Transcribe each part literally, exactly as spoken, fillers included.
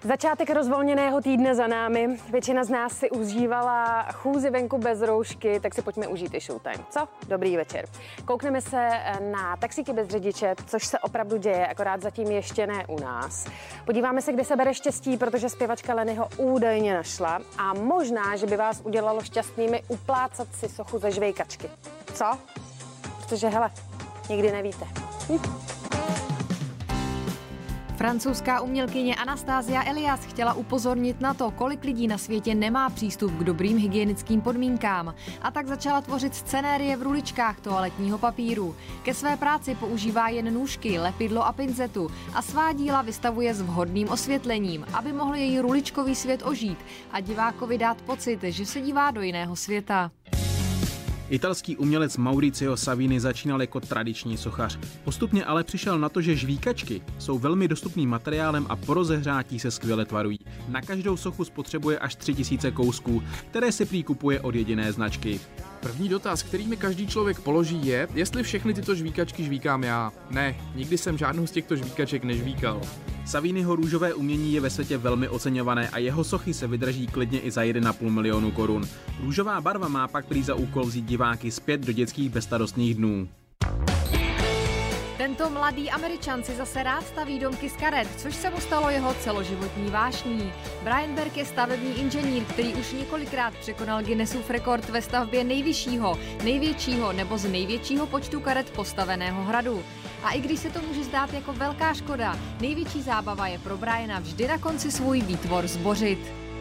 Začátek rozvolněného týdne za námi. Většina z nás si užívala chůzi venku bez roušky, tak si pojďme užít i Showtime. Co? Dobrý večer. Koukneme se na taxíky bez řidiče, což se opravdu děje, akorát zatím ještě ne u nás. Podíváme se, kde se bere štěstí, protože zpěvačka Leny ho údajně našla a možná, že by vás udělalo šťastnými uplácat si sochu ze žvejkačky. Co? Protože hele, nikdy nevíte. Hm. Francouzská umělkyně Anastasia Elias chtěla upozornit na to, kolik lidí na světě nemá přístup k dobrým hygienickým podmínkám. A tak začala tvořit scenérie v ruličkách toaletního papíru. Ke své práci používá jen nůžky, lepidlo a pincetu a svá díla vystavuje s vhodným osvětlením, aby mohl její ruličkový svět ožít a divákovi dát pocit, že se dívá do jiného světa. Italský umělec Maurizio Savini začínal jako tradiční sochař. Postupně ale přišel na to, že žvíkačky jsou velmi dostupným materiálem a po rozehřátí se skvěle tvarují. Na každou sochu spotřebuje až tři tisíce kousků, které si prý kupuje od jediné značky. První dotaz, který mi každý člověk položí, je, jestli všechny tyto žvíkačky žvíkám já. Ne, nikdy jsem žádnou z těchto žvíkaček nežvíkal. Saviniho růžové umění je ve světě velmi oceňované a jeho sochy se vydrží klidně i za jeden a půl milionu korun. Růžová barva má pak prý za úkol vzít diváky zpět do dětských bezstarostných dnů. Tento mladý Američan si zase rád staví domky z karet, což se mu stalo jeho celoživotní vášní. Brian Berg je stavební inženýr, který už několikrát překonal Guinnessův rekord ve stavbě nejvyššího, největšího nebo z největšího počtu karet postaveného hradu. A i když se to může zdát jako velká škoda, největší zábava je pro Briana vždy na konci svůj výtvor zbořit.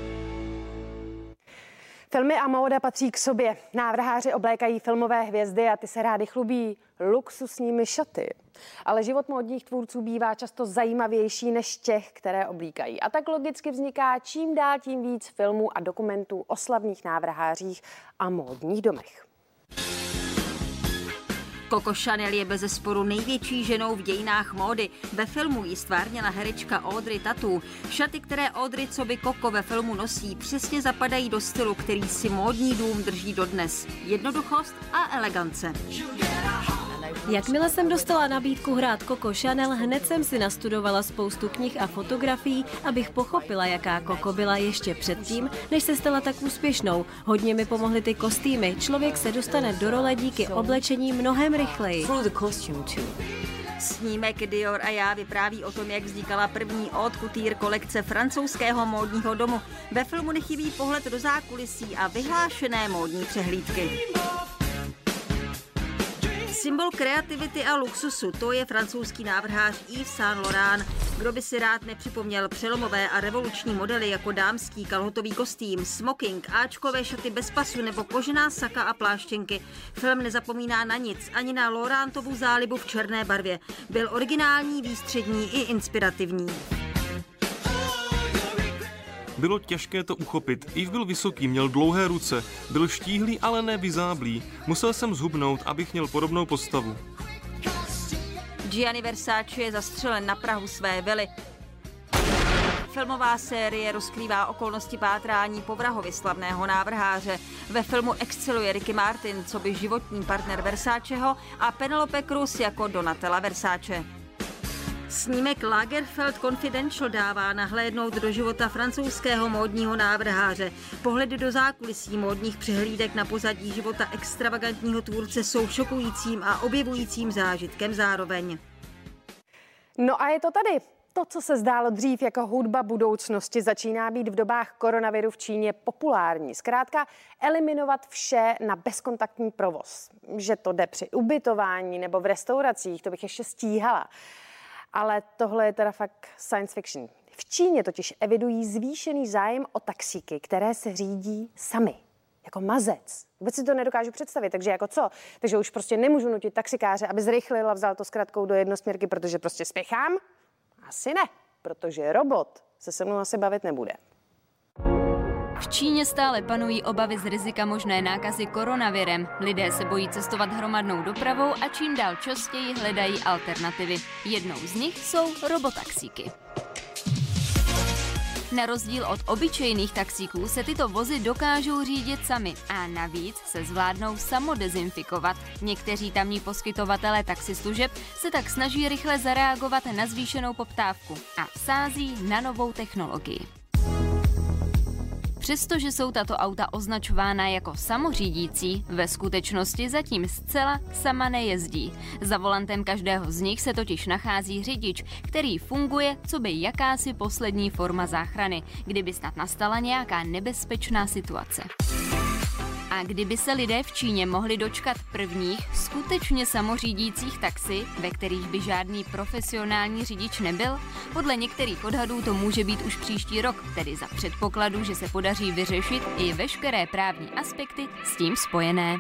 Filmy a móda patří k sobě. Návrháři oblékají filmové hvězdy a ty se rádi chlubí luxusními šaty. Ale život módních tvůrců bývá často zajímavější než těch, které oblíkají. A tak logicky vzniká čím dál tím víc filmů a dokumentů o slavných návrhářích a módních domech. Coco Chanel je bezesporu největší ženou v dějinách módy. Ve filmu ji stvárněla herečka Audrey Tautou. Šaty, které Audrey coby Coco ve filmu nosí, přesně zapadají do stylu, který si módní dům drží dodnes. Jednoduchost a elegance. Jakmile jsem dostala nabídku hrát Coco Chanel, hned jsem si nastudovala spoustu knih a fotografií, abych pochopila, jaká Coco byla ještě předtím, než se stala tak úspěšnou. Hodně mi pomohly ty kostýmy. Člověk se dostane do role díky oblečení mnohem rychleji. Snímek Dior a já vypráví o tom, jak vznikala první haute couture kolekce francouzského módního domu. Ve filmu nechybí pohled do zákulisí a vyhlášené módní přehlídky. Symbol kreativity a luxusu, to je francouzský návrhář Yves Saint Laurent. Kdo by si rád nepřipomněl přelomové a revoluční modely jako dámský kalhotový kostým, smoking, áčkové šaty bez pasu nebo kožená saka a pláštěnky. Film nezapomíná na nic, ani na Laurentovu zálibu v černé barvě. Byl originální, výstřední i inspirativní. Bylo těžké to uchopit. Yves byl vysoký, měl dlouhé ruce, byl štíhlý, ale ne vyzáblý. Musel jsem zhubnout, abych měl podobnou postavu. Gianni Versace je zastřelen na prahu své vily. Filmová série rozkrývá okolnosti pátrání po vrahovi slavného návrháře. Ve filmu exceluje Ricky Martin, coby životní partner Versaceho, a Penelope Cruz jako Donatella Versace. Snímek Lagerfeld Confidential dává nahlédnout do života francouzského módního návrháře. Pohledy do zákulisí módních přehlídek na pozadí života extravagantního tvůrce jsou šokujícím a objevujícím zážitkem zároveň. No a je to tady. To, co se zdálo dřív jako hudba budoucnosti, začíná být v dobách koronaviru v Číně populární. Zkrátka eliminovat vše na bezkontaktní provoz. Že to jde při ubytování nebo v restauracích, to bych ještě stíhala. Ale tohle je teda fakt science fiction. V Číně totiž evidují zvýšený zájem o taxíky, které se řídí sami. Jako mazec. Vůbec si to nedokážu představit, takže jako co? Takže už prostě nemůžu nutit taxikáře, aby zrychlil a vzal to zkratkou do jednosměrky, protože prostě spěchám? Asi ne, protože robot se se mnou asi bavit nebude. V Číně stále panují obavy z rizika možné nákazy koronavirem. Lidé se bojí cestovat hromadnou dopravou a čím dál častěji hledají alternativy. Jednou z nich jsou robotaxíky. Na rozdíl od obyčejných taxíků se tyto vozy dokážou řídit sami a navíc se zvládnou samodezinfikovat. Někteří tamní poskytovatelé taxislužeb se tak snaží rychle zareagovat na zvýšenou poptávku a vsází na novou technologii. Přestože jsou tato auta označována jako samořídící, ve skutečnosti zatím zcela sama nejezdí. Za volantem každého z nich se totiž nachází řidič, který funguje coby jakási poslední forma záchrany, kdyby snad nastala nějaká nebezpečná situace. A kdyby se lidé v Číně mohli dočkat prvních skutečně samořídících taxi, ve kterých by žádný profesionální řidič nebyl, podle některých odhadů to může být už příští rok, tedy za předpokladu, že se podaří vyřešit i veškeré právní aspekty s tím spojené.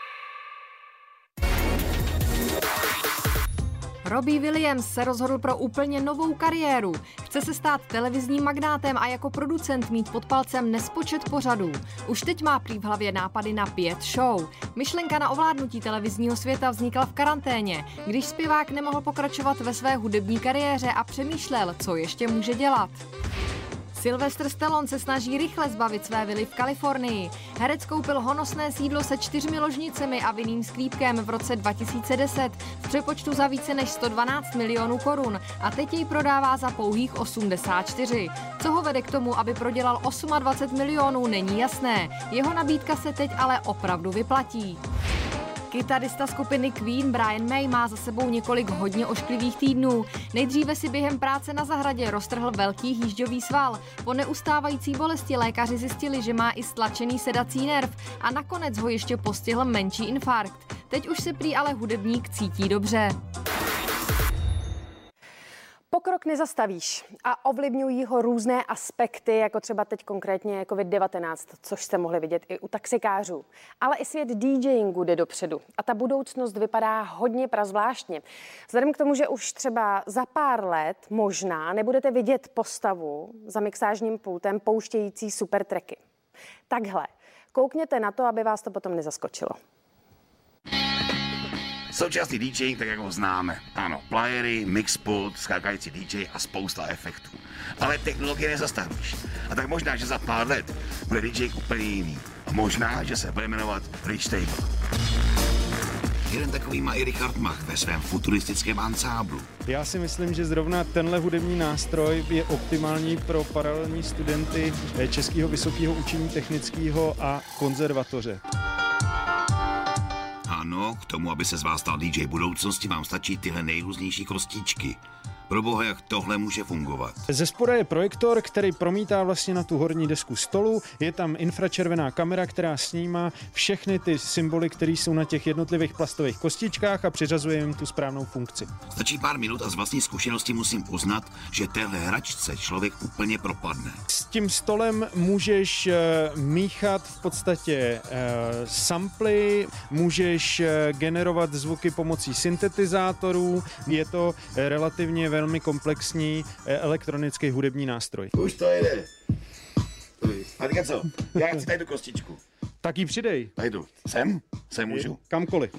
Robbie Williams se rozhodl pro úplně novou kariéru. Chce se stát televizním magnátem a jako producent mít pod palcem nespočet pořadů. Už teď má prý v hlavě nápady na pět show. Myšlenka na ovládnutí televizního světa vznikla v karanténě, když zpěvák nemohl pokračovat ve své hudební kariéře a přemýšlel, co ještě může dělat. Sylvester Stallone se snaží rychle zbavit své vily v Kalifornii. Herec koupil honosné sídlo se čtyřmi ložnicemi a vinným sklípkem v roce dva tisíce deset v přepočtu za více než sto dvanáct milionů korun a teď jej prodává za pouhých osmdesát čtyři. Co ho vede k tomu, aby prodělal dvacet osm milionů, není jasné. Jeho nabídka se teď ale opravdu vyplatí. Kytarista skupiny Queen Brian May má za sebou několik hodně ošklivých týdnů. Nejdříve si během práce na zahradě roztrhl velký hýžďový sval. Po neustávající bolesti lékaři zjistili, že má i stlačený sedací nerv a nakonec ho ještě postihl menší infarkt. Teď už se prý ale hudebník cítí dobře. Pokrok nezastavíš a ovlivňují ho různé aspekty, jako třeba teď konkrétně covid devatenáct, což jste mohli vidět i u taxikářů. Ale i svět DJingu jde dopředu a ta budoucnost vypadá hodně prazvláštně. Vzhledem k tomu, že už třeba za pár let možná nebudete vidět postavu za mixážním pultem pouštějící super tracky. Takhle, koukněte na to, aby vás to potom nezaskočilo. Současný DJing, tak jak ho známe. Ano, playery, mixpult, skákající D J a spousta efektů. Ale technologie nezastavíš. A tak možná, že za pár let bude DJing úplně jiný. A možná, že se bude jmenovat Rich Table. Jeden takový má i Richard Mach ve svém futuristickém ansáblu. Já si myslím, že zrovna tenhle hudební nástroj je optimální pro paralelní studenty Českého vysokého učení technického a konzervatoře. Ano, k tomu, aby se z vás stal D J budoucnosti, vám stačí tyhle nejrůznější kostičky. Proboha, jak tohle může fungovat. Ze spoda je projektor, který promítá vlastně na tu horní desku stolu. Je tam infračervená kamera, která snímá všechny ty symboly, které jsou na těch jednotlivých plastových kostičkách a přiřazuje jim tu správnou funkci. Stačí pár minut a z vlastní zkušenosti musím uznat, že téhle hračce člověk úplně propadne. S tím stolem můžeš uh, míchat v podstatě uh, samply, můžeš uh, generovat zvuky pomocí syntetizátorů. Je to uh, relativně velmi komplexní elektronický hudební nástroj. Už to jde. A teďka co? Já chci tady tu kostičku. Tak ji přidej. Tady jdu. Sem? Sem můžu? Kamkoliv.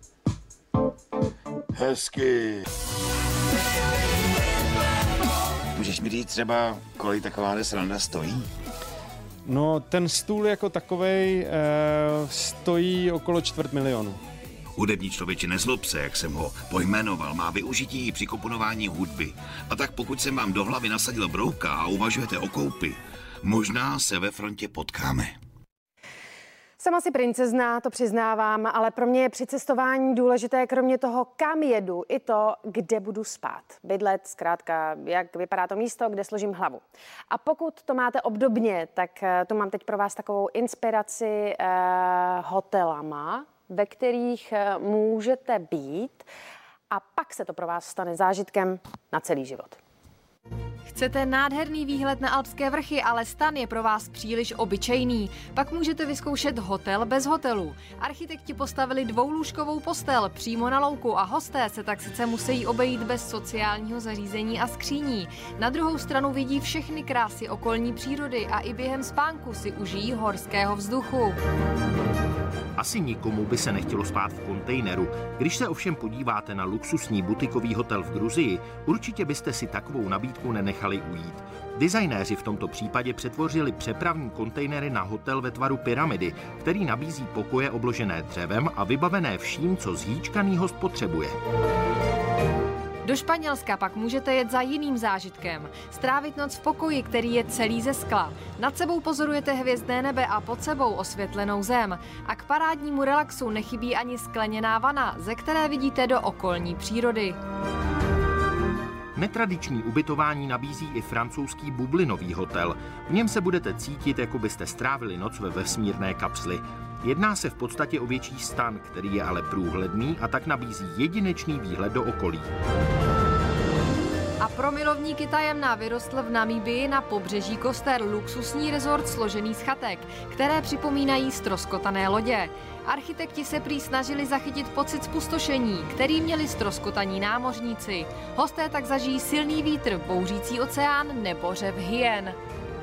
Hezky. Můžeš mi říct třeba, kolik taková sranda stojí? No, ten stůl jako takovej e, stojí okolo čtvrt milionu. Hudební člověče, nezlob se, jak jsem ho pojmenoval, má využití i při komponování hudby. A tak pokud jsem vám do hlavy nasadil brouka a uvažujete o koupi, možná se ve frontě potkáme. Jsem asi princezna, to přiznávám, ale pro mě je při cestování důležité kromě toho, kam jedu, i to, kde budu spát. Bydlet, zkrátka, jak vypadá to místo, kde složím hlavu. A pokud to máte obdobně, tak to mám teď pro vás takovou inspiraci eh, hotelama, ve kterých můžete být a pak se to pro vás stane zážitkem na celý život. Chcete nádherný výhled na alpské vrchy, ale stan je pro vás příliš obyčejný. Pak můžete vyzkoušet hotel bez hotelu. Architekti postavili dvoulůžkovou postel přímo na louku a hosté se tak sice musí obejít bez sociálního zařízení a skříní. Na druhou stranu vidí všechny krásy okolní přírody a i během spánku si užijí horského vzduchu. Asi nikomu by se nechtělo spát v kontejneru. Když se ovšem podíváte na luxusní butikový hotel v Gruzii, určitě byste si takovou nabídku nenechali nechali ujít. Designéři v tomto případě přetvořili přepravní kontejnery na hotel ve tvaru pyramidy, který nabízí pokoje obložené dřevem a vybavené vším, co zhýčkaný host potřebuje. Do Španělska pak můžete jet za jiným zážitkem. Strávit noc v pokoji, který je celý ze skla. Nad sebou pozorujete hvězdné nebe a pod sebou osvětlenou zem. A k parádnímu relaxu nechybí ani skleněná vana, ze které vidíte do okolní přírody. Netradiční ubytování nabízí i francouzský bublinový hotel. V něm se budete cítit, jako byste strávili noc ve vesmírné kapsli. Jedná se v podstatě o větší stan, který je ale průhledný a tak nabízí jedinečný výhled do okolí. A pro milovníky tajemná vyrostl v Namíbii na pobřeží Koster luxusní rezort složený z chatek, které připomínají ztroskotané lodě. Architekti se prý snažili zachytit pocit zpustošení, který měli ztroskotaní námořníci. Hosté tak zažijí silný vítr, bouřící oceán nebo řev hyen.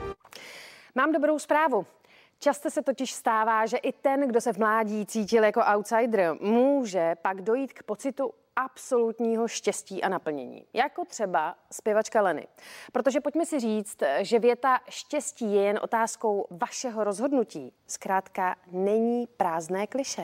Mám dobrou zprávu. Často se totiž stává, že i ten, kdo se v mládí cítil jako outsider, může pak dojít k pocitu absolutního štěstí a naplnění. Jako třeba zpěvačka Lenny. Protože pojďme si říct, že věta štěstí je jen otázkou vašeho rozhodnutí. Zkrátka není prázdné klišé.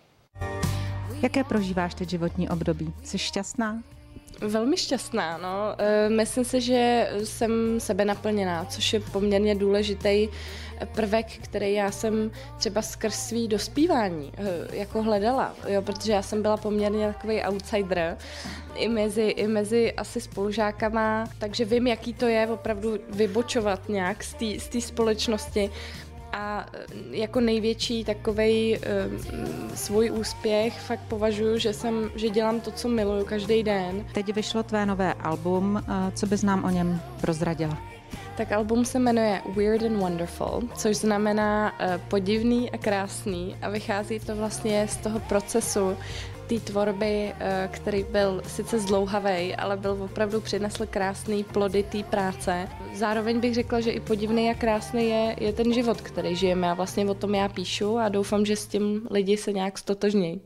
Jaké prožíváš teď životní období? Jsi šťastná? Velmi šťastná, no. Myslím si, že jsem sebenaplněná, což je poměrně důležitý prvek, který já jsem třeba skrz svý dospívání jako hledala, jo, protože já jsem byla poměrně takový outsider i mezi, i mezi asi spolužákama, takže vím, jaký to je opravdu vybočovat nějak z té společnosti. A jako největší takovej um, svůj úspěch fakt považuji, že jsem, že dělám to, co miluju každý den. Teď vyšlo tvé nové album, co bys nám o něm prozradila? Tak album se jmenuje Weird and Wonderful, což znamená uh, podivný a krásný a vychází to vlastně z toho procesu té tvorby, který byl sice zdlouhavej, ale byl opravdu přinesl krásný plody té práce. Zároveň bych řekla, že i podivný a krásný je, je ten život, který žijeme a vlastně o tom já píšu a doufám, že s tím lidi se nějak stotožnějí.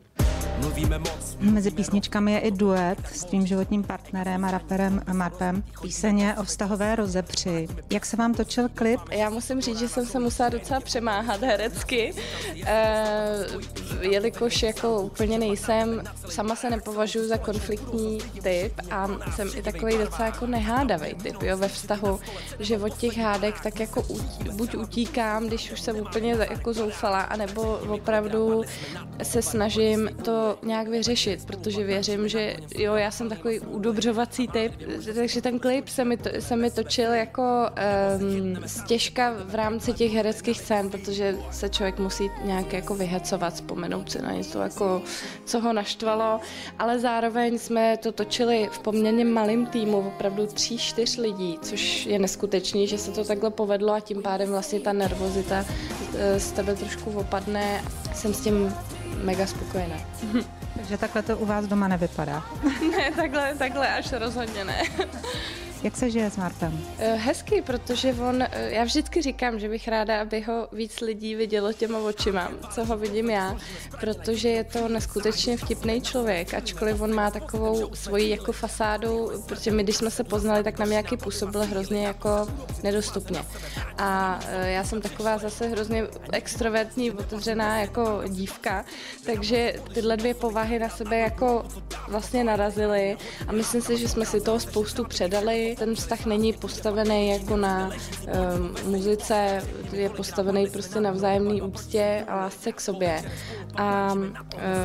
Mezi písničkami je i duet s tvým životním partnerem a raperem Marpem. Píseň o vztahové rozepři. Jak se vám točil klip? Já musím říct, že jsem se musela docela přemáhat herecky, eh, jelikož jako úplně nejsem, sama se nepovažuji za konfliktní typ a jsem i takový docela jako nehádavý typ, jo, ve vztahu, že od těch hádek tak jako utí, buď utíkám, když už jsem úplně jako zoufala, anebo opravdu se snažím to nějak vyřešit, protože věřím, že jo, já jsem takový udobřovací typ, takže ten klip se mi, to, se mi točil jako um, stěžka v rámci těch hereckých scén, protože se člověk musí nějak jako vyhecovat, vzpomenout si na něco, jako, co ho naštvalo, ale zároveň jsme to točili v poměrně malém týmu, opravdu tří, čtyř lidí, což je neskutečný, že se to takhle povedlo a tím pádem vlastně ta nervozita z tebe trošku opadne. Jsem s tím mega spokojená. Takže takhle to u vás doma nevypadá? Ne, takhle, takhle až rozhodně ne. Jak se žije s Martem? Hezky, protože on, já vždycky říkám, že bych ráda, aby ho víc lidí vidělo těma očima, co ho vidím já, protože je to neskutečně vtipný člověk, ačkoliv on má takovou svoji jako fasádu, protože my, když jsme se poznali, tak na mě jaký působil hrozně jako nedostupně. A já jsem taková zase hrozně extrovertní, otevřená jako dívka, takže tyhle dvě povahy na sebe jako vlastně narazily a myslím si, že jsme si toho spoustu předali. Ten vztah není postavený jako na um, muzice, je postavený prostě na vzájemné úctě a lásce k sobě. A um,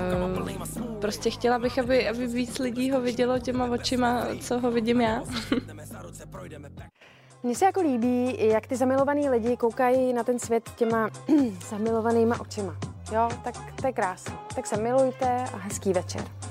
prostě chtěla bych, aby, aby víc lidí ho vidělo těma očima, co ho vidím já. Mně se jako líbí, jak ty zamilovaný lidi koukají na ten svět těma zamilovanýma očima. Jo, tak to je krásné. Tak se milujte a hezký večer.